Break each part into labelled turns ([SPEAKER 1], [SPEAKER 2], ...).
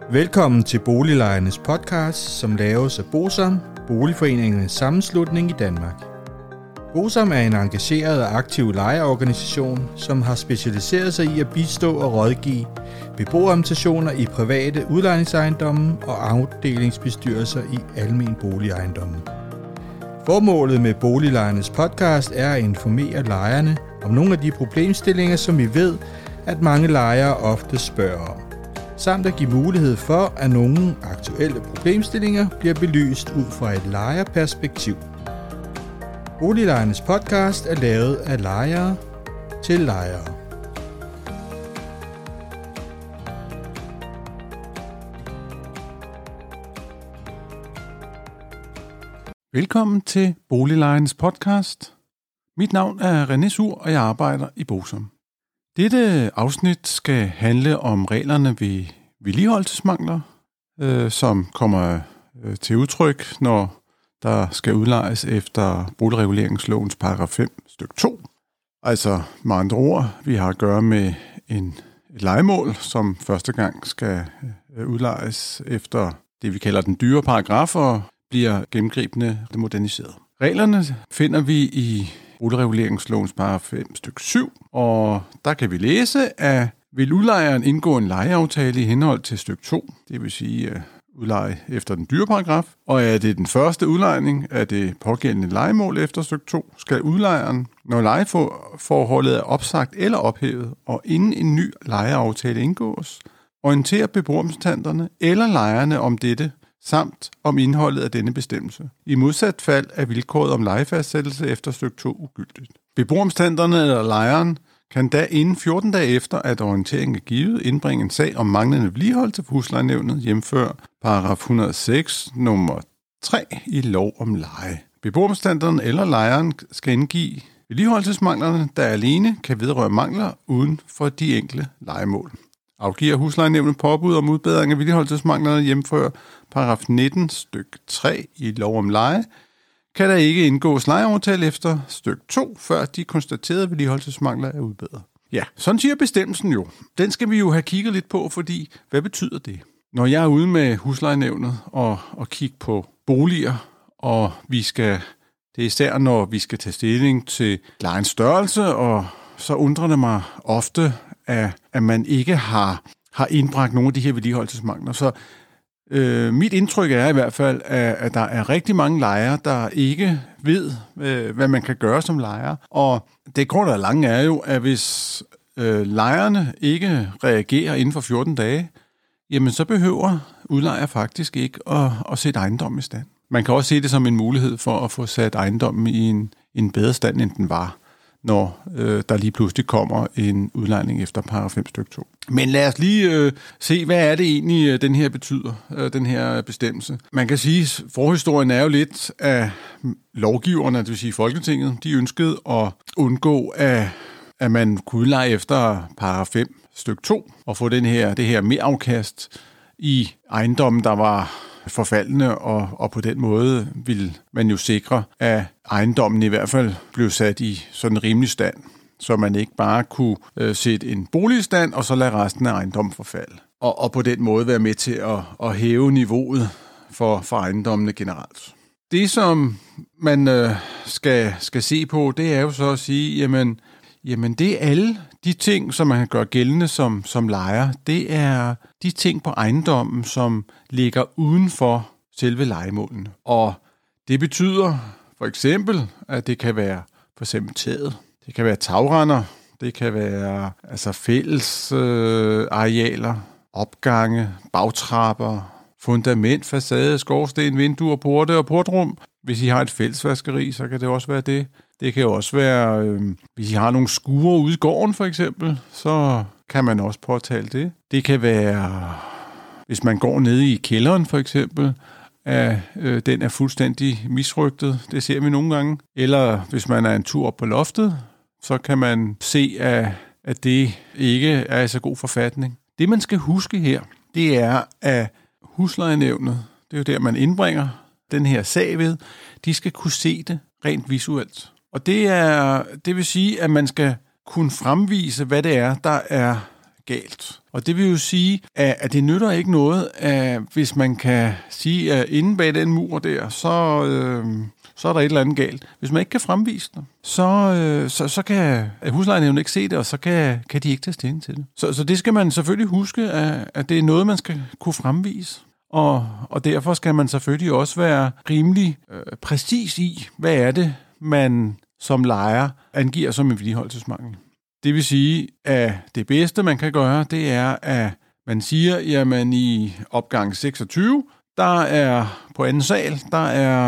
[SPEAKER 1] Velkommen til Boliglejernes podcast, som laves af BOSAM, Boligforeningernes Sammenslutning i Danmark. BOSAM er en engageret og aktiv lejerorganisation, som har specialiseret sig i at bistå og rådgive beboerrepræsentationer i private udlejningsejendomme og afdelingsbestyrelser i almen boligejendomme. Formålet med Boliglejernes podcast er at informere lejerne om nogle af de problemstillinger, som vi ved, at mange lejere ofte spørger om, samt at give mulighed for, at nogle aktuelle problemstillinger bliver belyst ud fra et lejerperspektiv. Boliglejernes podcast er lavet af lejere til lejere.
[SPEAKER 2] Velkommen til Boliglejernes podcast. Mit navn er René Sur, og jeg arbejder i BOSAM. Dette afsnit skal handle om reglerne ved vedligeholdelsesmangler, som kommer til udtryk, når der skal udlejes efter boligreguleringslovens paragraf 5 stykke 2. Altså med andre ord, vi har at gøre med et lejemål, som første gang skal udlejes efter det, vi kalder den dyre paragraf, og bliver gennemgribende moderniseret. Reglerne finder vi i boligreguleringslovens paragraf 5 stykke 7, og der kan vi læse, at vil udlejeren indgå en lejeaftale i henhold til stykke 2, det vil sige udleje efter den dyre paragraf, og er det den første udlejning af det pågældende lejemål efter stykke 2, skal udlejeren, når lejeforholdet er opsagt eller ophævet, og inden en ny lejeaftale indgås, orientere beboerrepræsentanterne eller lejerne om dette, samt om indholdet af denne bestemmelse. I modsat fald er vilkåret om lejefastsættelse efter stykke 2 ugyldigt. Beboerrepræsentanterne eller lejeren kan da inden 14 dage efter, at orienteringen er givet, indbringe en sag om manglende vedligeholdelse for huslejenævnet, jævnfør paragraf 106 nummer 3 i lov om leje. Beboerrepræsentanterne eller lejeren skal indgive vedligeholdelsesmanglerne, der alene kan vedrøre mangler uden for de enkelte lejemål. Afgiver huslejenævnet påbud om udbedring af vedligeholdelsesmanglerne, jævnfør paragraf 19 stykke 3 i lov om leje, kan der ikke indgås lejeaftale efter stykke 2, før de konstaterede vedligeholdelsesmangler er udbedret. Ja, sådan siger bestemmelsen jo. Den skal vi jo have kigget lidt på, fordi hvad betyder det? Når jeg er ude med huslejenævnet og kigge på boliger, og det er især, når vi skal tage stilling til lejens størrelse, og så undrer det mig ofte, at man ikke har indbragt nogle af de her vedligeholdelsesmangler. Så mit indtryk er i hvert fald, at der er rigtig mange lejere, der ikke ved, hvad man kan gøre som lejer. Og det korte og lange er jo, at hvis lejerne ikke reagerer inden for 14 dage, jamen så behøver udlejer faktisk ikke at sætte ejendommen i stand. Man kan også se det som en mulighed for at få sat ejendommen i en bedre stand, end den var, når der lige pludselig kommer en udlejning efter paragraf 5 stykke 2. Men lad os lige se, hvad er det egentlig, den her betyder, den her bestemmelse. Man kan sige, at forhistorien er jo lidt af lovgiverne, det vil sige Folketinget, de ønskede at undgå, at man kunne udleje efter paragraf 5 stykke 2, og få det her merafkast i ejendommen, der var forfaldende, og på den måde ville man jo sikre, at ejendommen i hvert fald blev sat i sådan en rimelig stand, så man ikke bare kunne sætte en bolig i stand, og så lade resten af ejendommen forfalde. Og på den måde være med til at hæve niveauet for ejendommene generelt. Det, som man skal se på, det er jo så at sige, jamen det er alle de ting, som man kan gøre gældende som lejer. Det er de ting på ejendommen, som ligger uden for selve lejemålene. Og det betyder for eksempel, at det kan være for eksempel taget, det kan være tagrender, det kan være fælles arealer, opgange, bagtrapper, fundament, facade, skorsten, vinduer, porte og portrum. Hvis I har et fællesvaskeri, så kan det også være det. Det kan jo også være, hvis I har nogle skure ude i gården for eksempel, så kan man også påtale det. Det kan være, hvis man går nede i kælderen for eksempel, at den er fuldstændig misrygtet. Det ser vi nogle gange. Eller hvis man er en tur op på loftet, så kan man se, at det ikke er i så god forfatning. Det man skal huske her, det er, at huslejenævnet, det er jo der, man indbringer den her sag ved, de skal kunne se det rent visuelt. Og det vil sige, at man skal kunne fremvise, hvad det er, der er galt. Og det vil jo sige, at det nytter ikke noget, at hvis man kan sige, at inde bag den mur der, så er der et eller andet galt. Hvis man ikke kan fremvise det, så kan huslejenævnet ikke se det, og så kan de ikke tage stilling til det. Så det skal man selvfølgelig huske, at det er noget, man skal kunne fremvise. Og derfor skal man selvfølgelig også være rimelig præcis i, hvad er det, man som lejer angiver som en vedligeholdelsesmangel. Det vil sige, at det bedste, man kan gøre, det er, at man siger, jamen i opgang 26, der er på anden sal, der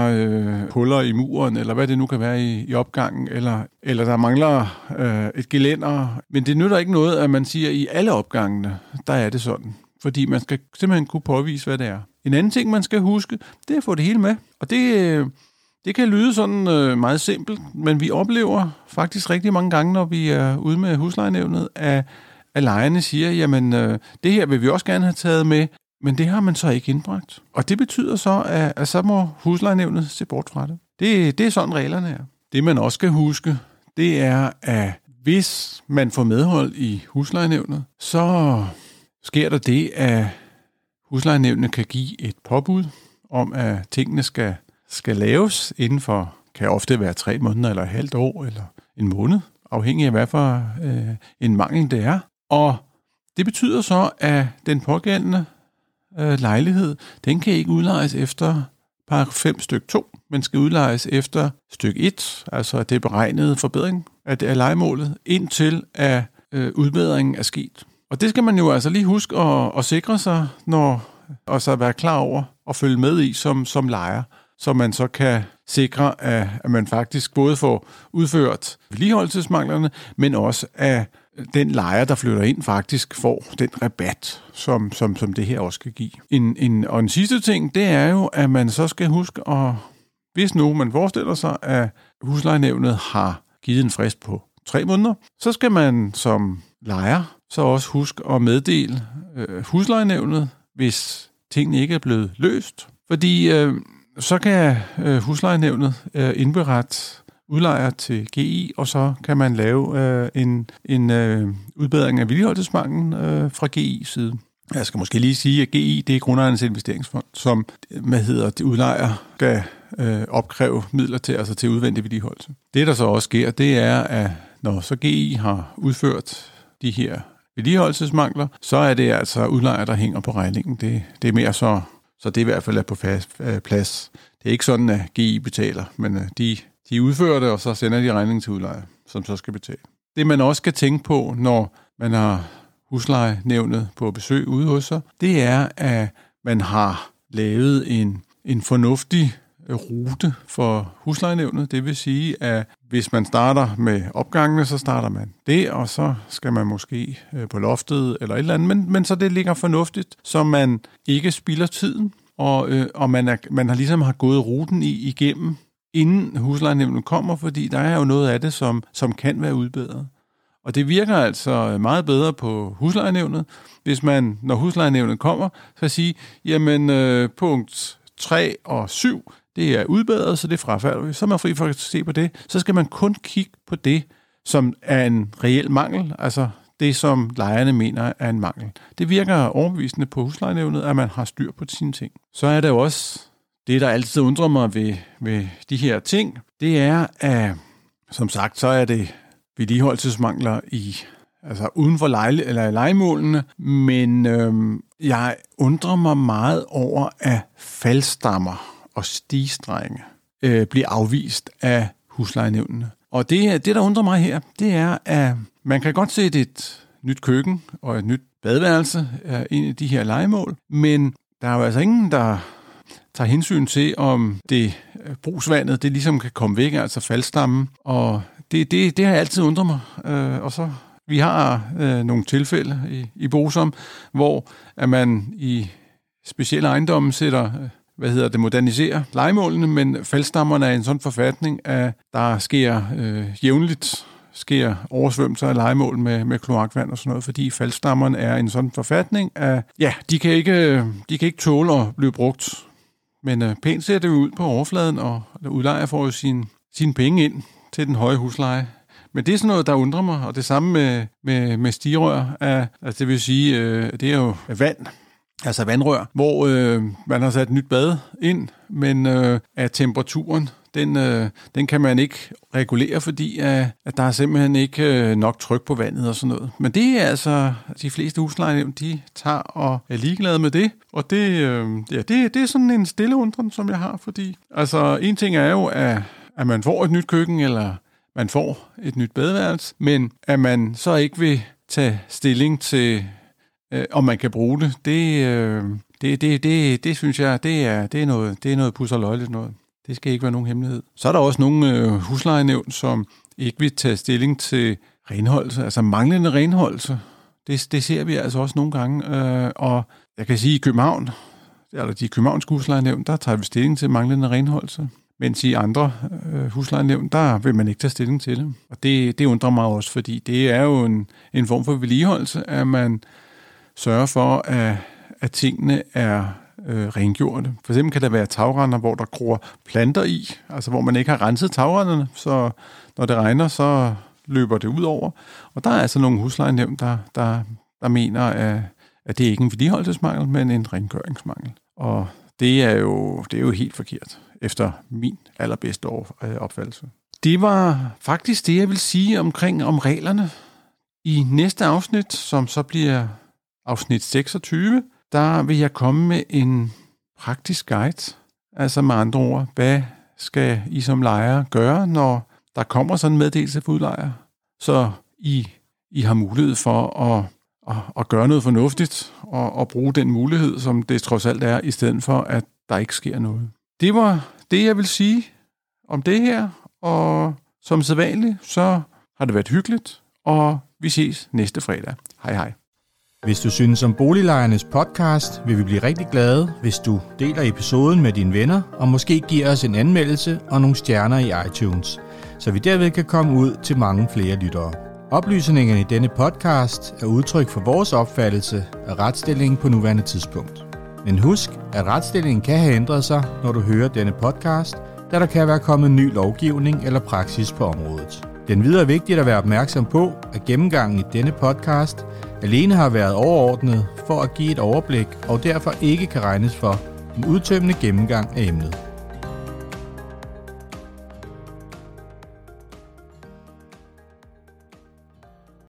[SPEAKER 2] er huller i muren, eller hvad det nu kan være i opgangen, eller der mangler et gelænder. Men det nytter ikke noget, at man siger, at i alle opgangene, der er det sådan. Fordi man skal simpelthen kunne påvise, hvad det er. En anden ting, man skal huske, det er at få det hele med. Og det kan lyde sådan meget simpelt, men vi oplever faktisk rigtig mange gange, når vi er ude med huslejenævnet, at lejerne siger, jamen det her vil vi også gerne have taget med, men det har man så ikke indbragt. Og det betyder så, at så må huslejenævnet se bort fra det. Det er sådan reglerne er. Det man også skal huske, det er, at hvis man får medhold i huslejenævnet, så sker der det, at huslejenævnet kan give et påbud om, at tingene skal laves inden for, kan ofte være 3 måneder, eller et halvt år, eller en måned, afhængig af hvad for en mangel det er. Og det betyder så, at den pågældende lejlighed, den kan ikke udlejes efter paragraf 5 stykke 2, men skal udlejes efter stykke 1, altså det beregnede forbedring af lejemålet, indtil at udbedringen er sket. Og det skal man jo altså lige huske at sikre sig, og så være klar over og følge med i som lejer, så man så kan sikre, at man faktisk både får udført vedligeholdelsesmanglerne, men også at den lejer, der flytter ind, faktisk får den rabat, som det her også skal give. Og en sidste ting, det er jo, at man så skal huske, og hvis nu man forestiller sig, at huslejenævnet har givet en frist på 3 måneder, så skal man som lejer så også huske at meddele huslejenævnet, hvis tingene ikke er blevet løst. Fordi så kan huslejenævnet indberette udlejer til GI, og så kan man lave en udbedring af vedligeholdelsesmanglen fra GI's side. Jeg skal måske lige sige, at GI, det er Grundejernes Investeringsfond, som udlejer skal opkræve midler til, altså til udvendig vedligeholdelse. Det, der så også sker, det er, at når så GI har udført de her vedligeholdelsesmangler, så er det altså udlejer, der hænger på regningen. Det er mere så det i hvert fald er på plads. Det er ikke sådan, at GI betaler, men de udfører det, og så sender de regningen til udlejer, som så skal betale. Det, man også skal tænke på, når man har huslejenævnet på besøg ude hos sig, det er, at man har lavet en fornuftig rute for huslejenævnet. Det vil sige, at hvis man starter med opgangene, så starter man det, og så skal man måske på loftet eller et eller andet, men så det ligger fornuftigt, så man ikke spilder tiden, og man har ligesom gået ruten igennem, inden huslejenævnet kommer, fordi der er jo noget af det, som kan være udbedret. Og det virker altså meget bedre på huslejenævnet, hvis man, når huslejenævnet kommer, så sige, jamen punkt 3 og 7, det er udbedret, så det frafalder vi. Så er man fri for at se på det. Så skal man kun kigge på det, som er en reel mangel, altså det, som lejerne mener er en mangel. Det virker overbevisende på huslejenævnet, at man har styr på sine ting. Så er der jo også det, der altid undrer mig ved de her ting, det er, at som sagt, så er det vedligeholdelsesmangler altså uden for lejemålene, men jeg undrer mig meget over, at faldstammer og stigstrenge bliver afvist af huslejenævnene. Og det, der undrer mig her, det er, at man kan godt sætte et nyt køkken og et nyt badeværelse ind i de her lejemål, men der er jo altså ingen, der tager hensyn til, om det brugsvandet, det ligesom kan komme væk, altså faldstammen. Og det har altid undret mig. Og så vi har nogle tilfælde i Bosom, hvor at man i specielle ejendomme sætter moderniserer lejemålene, men faldstammerne er i en sådan forfatning, at der sker jævnligt oversvømmelser af lejemål med kloakvand og sådan noget, fordi faldstammerne er i en sådan forfatning, at de kan ikke tåle at blive brugt. Men pænt ser det ud på overfladen, og udlejer får jo sine penge ind til den høje husleje. Men det er sådan noget, der undrer mig, og det samme med stigerør. Altså det vil sige, det er jo vand, altså vandrør, hvor man har sat et nyt bad ind, men at temperaturen, den kan man ikke regulere, fordi at der er simpelthen ikke nok tryk på vandet og sådan noget. Men det er altså, de fleste huslejenævn, de tager og er ligeglade med det, og det er sådan en stille undren, som jeg har, fordi altså en ting er jo, at man får et nyt køkken, eller man får et nyt badeværelse, men at man så ikke vil tage stilling til, om man kan bruge det, det synes jeg, det er noget pus og løgligt noget. Det skal ikke være nogen hemmelighed. Så er der også nogle huslejenævn, som ikke vil tage stilling til renholdelse, altså manglende renholdelse. Det ser vi altså også nogle gange. Og jeg kan sige, i København, eller de københavnske huslejenævn, der tager vi stilling til manglende renholdelse. Mens i andre huslejenævn, der vil man ikke tage stilling til det. Og det undrer mig også, fordi det er jo en form for vedligeholdelse, at man sørger for, at tingene er rengjorte. For eksempel kan der være tagrender, hvor der gror planter i, altså hvor man ikke har renset tagrenderne, så når det regner, så løber det ud over. Og der er altså nogle huslejenævn, der mener, at det ikke er en vedligeholdelsesmangel, men en rengøringsmangel. Og det er jo helt forkert, efter min allerbedste opfattelse. Det var faktisk det, jeg vil sige om reglerne. I næste afsnit, som så bliver afsnit 26, der vil jeg komme med en praktisk guide. Altså med andre ord, hvad skal I som lejer gøre, når der kommer sådan en meddelelse for udlejer? Så I har mulighed for at gøre noget fornuftigt og bruge den mulighed, som det trods alt er, i stedet for, at der ikke sker noget. Det var det, jeg vil sige om det her, og som sædvanligt, så har det været hyggeligt, og vi ses næste fredag. Hej hej.
[SPEAKER 1] Hvis du synes om Boliglejernes podcast, vil vi blive rigtig glade, hvis du deler episoden med dine venner, og måske giver os en anmeldelse og nogle stjerner i iTunes, så vi derved kan komme ud til mange flere lyttere. Oplysningerne i denne podcast er udtryk for vores opfattelse af retsstillingen på nuværende tidspunkt. Men husk, at retsstillingen kan have ændret sig, når du hører denne podcast, da der kan være kommet ny lovgivning eller praksis på området. Den videre er vigtigt at være opmærksom på, at gennemgangen i denne podcast alene har været overordnet for at give et overblik og derfor ikke kan regnes for en udtømmende gennemgang af emnet.